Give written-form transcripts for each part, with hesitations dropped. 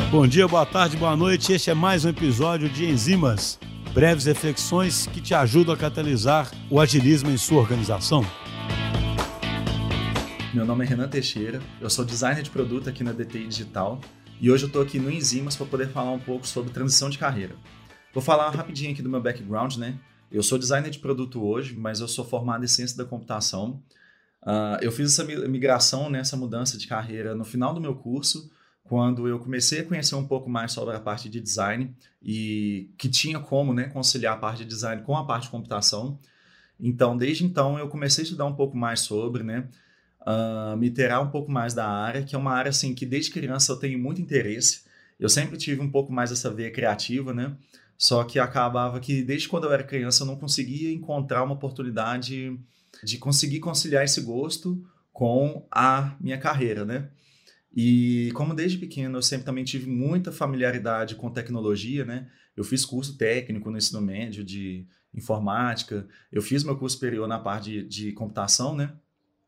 Bom dia, boa tarde, boa noite. Este é mais um episódio de Enzimas, breves reflexões que te ajudam a catalisar o agilismo em sua organização. Meu nome é Renan Teixeira, eu sou designer de produto aqui na DTI Digital e hoje eu estou aqui no Enzimas para poder falar um pouco sobre transição de carreira. Vou falar rapidinho aqui do meu background, né? Eu sou designer de produto hoje, mas eu sou formado em ciência da computação. Eu fiz essa migração, né, essa mudança de carreira no final do meu curso, quando eu comecei a conhecer um pouco mais sobre a parte de design e que tinha como, né, conciliar a parte de design com a parte de computação. Então, desde então, eu comecei a estudar um pouco mais sobre, né, me inteirar um pouco mais da área, que é uma área assim, que desde criança eu tenho muito interesse. Eu sempre tive um pouco mais essa veia criativa, né? Só que acabava que desde quando eu era criança eu não conseguia encontrar uma oportunidade de conseguir conciliar esse gosto com a minha carreira, né? E como desde pequeno eu sempre também tive muita familiaridade com tecnologia, né? Eu fiz curso técnico no ensino médio de informática, eu fiz meu curso superior na parte de computação, né?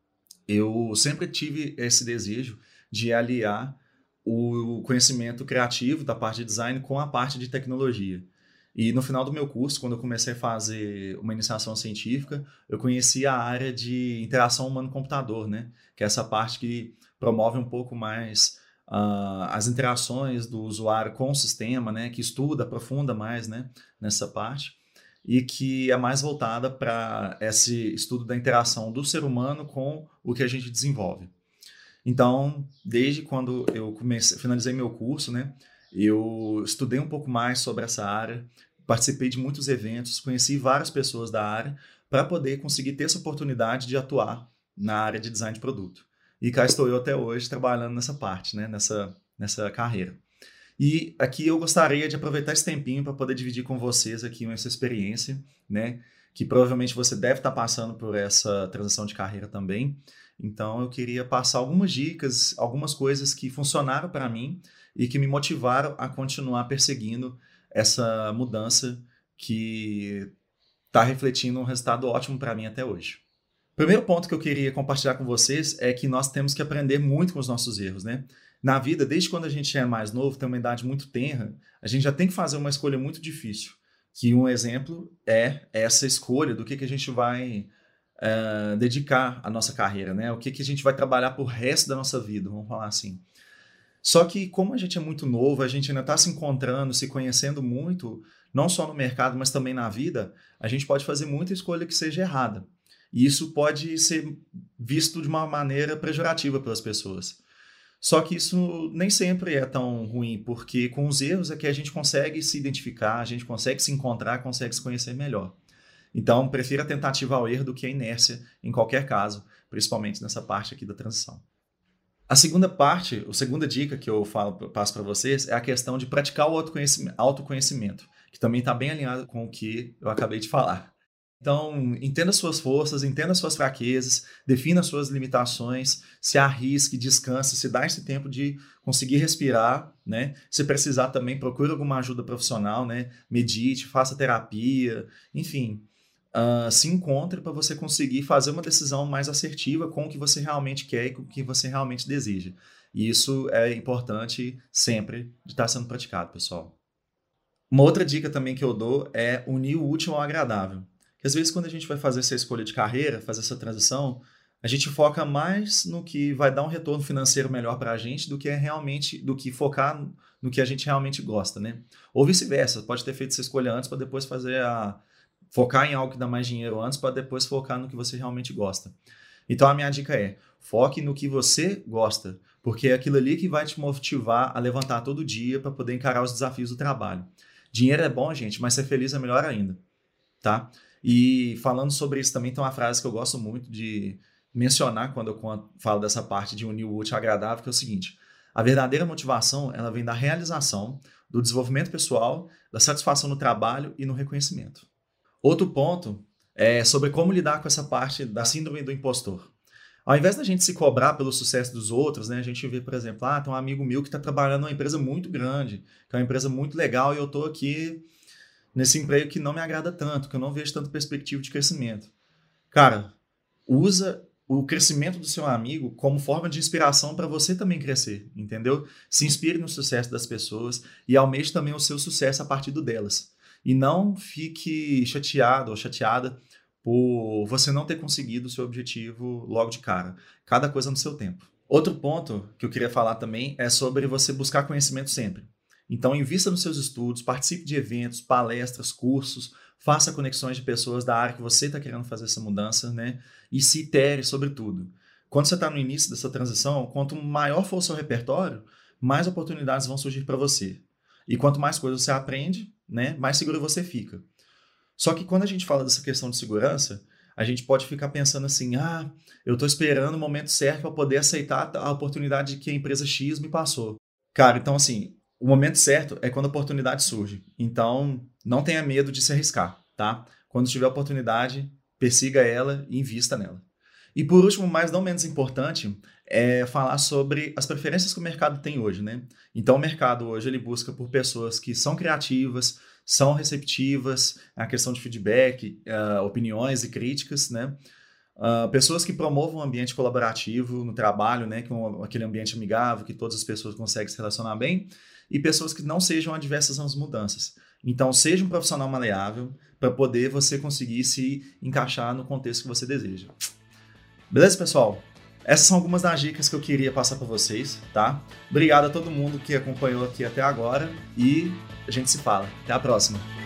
Eu sempre tive esse desejo de aliar o conhecimento criativo da parte de design com a parte de tecnologia. E no final do meu curso, quando eu comecei a fazer uma iniciação científica, eu conheci a área de interação humano-computador, né? Que é essa parte que promove um pouco mais as interações do usuário com o sistema, né? Que estuda, aprofunda mais, né, nessa parte e que é mais voltada para esse estudo da interação do ser humano com o que a gente desenvolve. Então, desde quando eu finalizei meu curso, né, eu estudei um pouco mais sobre essa área, participei de muitos eventos, conheci várias pessoas da área para poder conseguir ter essa oportunidade de atuar na área de design de produto. E cá estou eu até hoje trabalhando nessa parte, né, nessa carreira. E aqui eu gostaria de aproveitar esse tempinho para poder dividir com vocês aqui essa experiência, né? Que provavelmente você deve estar passando por essa transição de carreira também. Então eu queria passar algumas dicas, algumas coisas que funcionaram para mim e que me motivaram a continuar perseguindo essa mudança que está refletindo um resultado ótimo para mim até hoje. O primeiro ponto que eu queria compartilhar com vocês é que nós temos que aprender muito com os nossos erros, né? Na vida, desde quando a gente é mais novo, tem uma idade muito tenra, a gente já tem que fazer uma escolha muito difícil. Que um exemplo é essa escolha do que a gente vai dedicar à nossa carreira, né? O que a gente vai trabalhar pro resto da nossa vida, vamos falar assim. Só que como a gente é muito novo, a gente ainda está se encontrando, se conhecendo muito, não só no mercado, mas também na vida, a gente pode fazer muita escolha que seja errada. E isso pode ser visto de uma maneira pejorativa pelas pessoas. Só que isso nem sempre é tão ruim, porque com os erros é que a gente consegue se identificar, a gente consegue se encontrar, consegue se conhecer melhor. Então, prefiro a tentativa ao erro do que a inércia em qualquer caso, principalmente nessa parte aqui da transição. A segunda dica que eu passo para vocês é a questão de praticar o autoconhecimento, que também está bem alinhado com o que eu acabei de falar. Então, entenda suas forças, entenda suas fraquezas, defina suas limitações, se arrisque, descanse, se dá esse tempo de conseguir respirar, né? Se precisar também, procure alguma ajuda profissional, né? Medite, faça terapia, enfim, se encontre para você conseguir fazer uma decisão mais assertiva com o que você realmente quer e com o que você realmente deseja. E isso é importante sempre de estar sendo praticado, pessoal. Uma outra dica também que eu dou é unir o útil ao agradável. Porque às vezes quando a gente vai fazer essa escolha de carreira, fazer essa transição, a gente foca mais no que vai dar um retorno financeiro melhor para a gente do que focar no que a gente realmente gosta, né? Ou vice-versa, pode ter feito essa escolha antes para depois focar em algo que dá mais dinheiro antes para depois focar no que você realmente gosta. Então a minha dica é, foque no que você gosta, porque é aquilo ali que vai te motivar a levantar todo dia para poder encarar os desafios do trabalho. Dinheiro é bom, gente, mas ser feliz é melhor ainda, tá? E falando sobre isso também tem uma frase que eu gosto muito de mencionar quando eu falo dessa parte de unir o útil ao agradável, que é o seguinte: a verdadeira motivação, ela vem da realização, do desenvolvimento pessoal, da satisfação no trabalho e no reconhecimento. Outro ponto é sobre como lidar com essa parte da síndrome do impostor. Ao invés da gente se cobrar pelo sucesso dos outros, né, a gente vê, por exemplo, tem um amigo meu que está trabalhando numa empresa muito grande, que é uma empresa muito legal, e eu estou aqui nesse emprego que não me agrada tanto, que eu não vejo tanta perspectiva de crescimento. Cara, usa o crescimento do seu amigo como forma de inspiração para você também crescer, entendeu? Se inspire no sucesso das pessoas e almeje também o seu sucesso a partir do delas. E não fique chateado ou chateada por você não ter conseguido o seu objetivo logo de cara. Cada coisa no seu tempo. Outro ponto que eu queria falar também é sobre você buscar conhecimento sempre. Então, invista nos seus estudos, participe de eventos, palestras, cursos, faça conexões de pessoas da área que você está querendo fazer essa mudança, né? E se itere sobre tudo. Quando você está no início dessa transição, quanto maior for o seu repertório, mais oportunidades vão surgir para você. E quanto mais coisas você aprende, né, mais seguro você fica. Só que quando a gente fala dessa questão de segurança, a gente pode ficar pensando assim, eu estou esperando o momento certo para poder aceitar a oportunidade que a empresa X me passou. Cara, então assim, o momento certo é quando a oportunidade surge. Então, não tenha medo de se arriscar, tá? Quando tiver a oportunidade, persiga ela e invista nela. E por último, mas não menos importante, é falar sobre as preferências que o mercado tem hoje, né? Então, o mercado hoje ele busca por pessoas que são criativas, são receptivas, a questão de feedback, opiniões e críticas, né? Pessoas que promovam um ambiente colaborativo no trabalho, né? Com aquele ambiente amigável, que todas as pessoas conseguem se relacionar bem, e pessoas que não sejam adversas às mudanças. Então, seja um profissional maleável para poder você conseguir se encaixar no contexto que você deseja. Beleza, pessoal? Essas são algumas das dicas que eu queria passar para vocês, tá? Obrigado a todo mundo que acompanhou aqui até agora e a gente se fala. Até a próxima!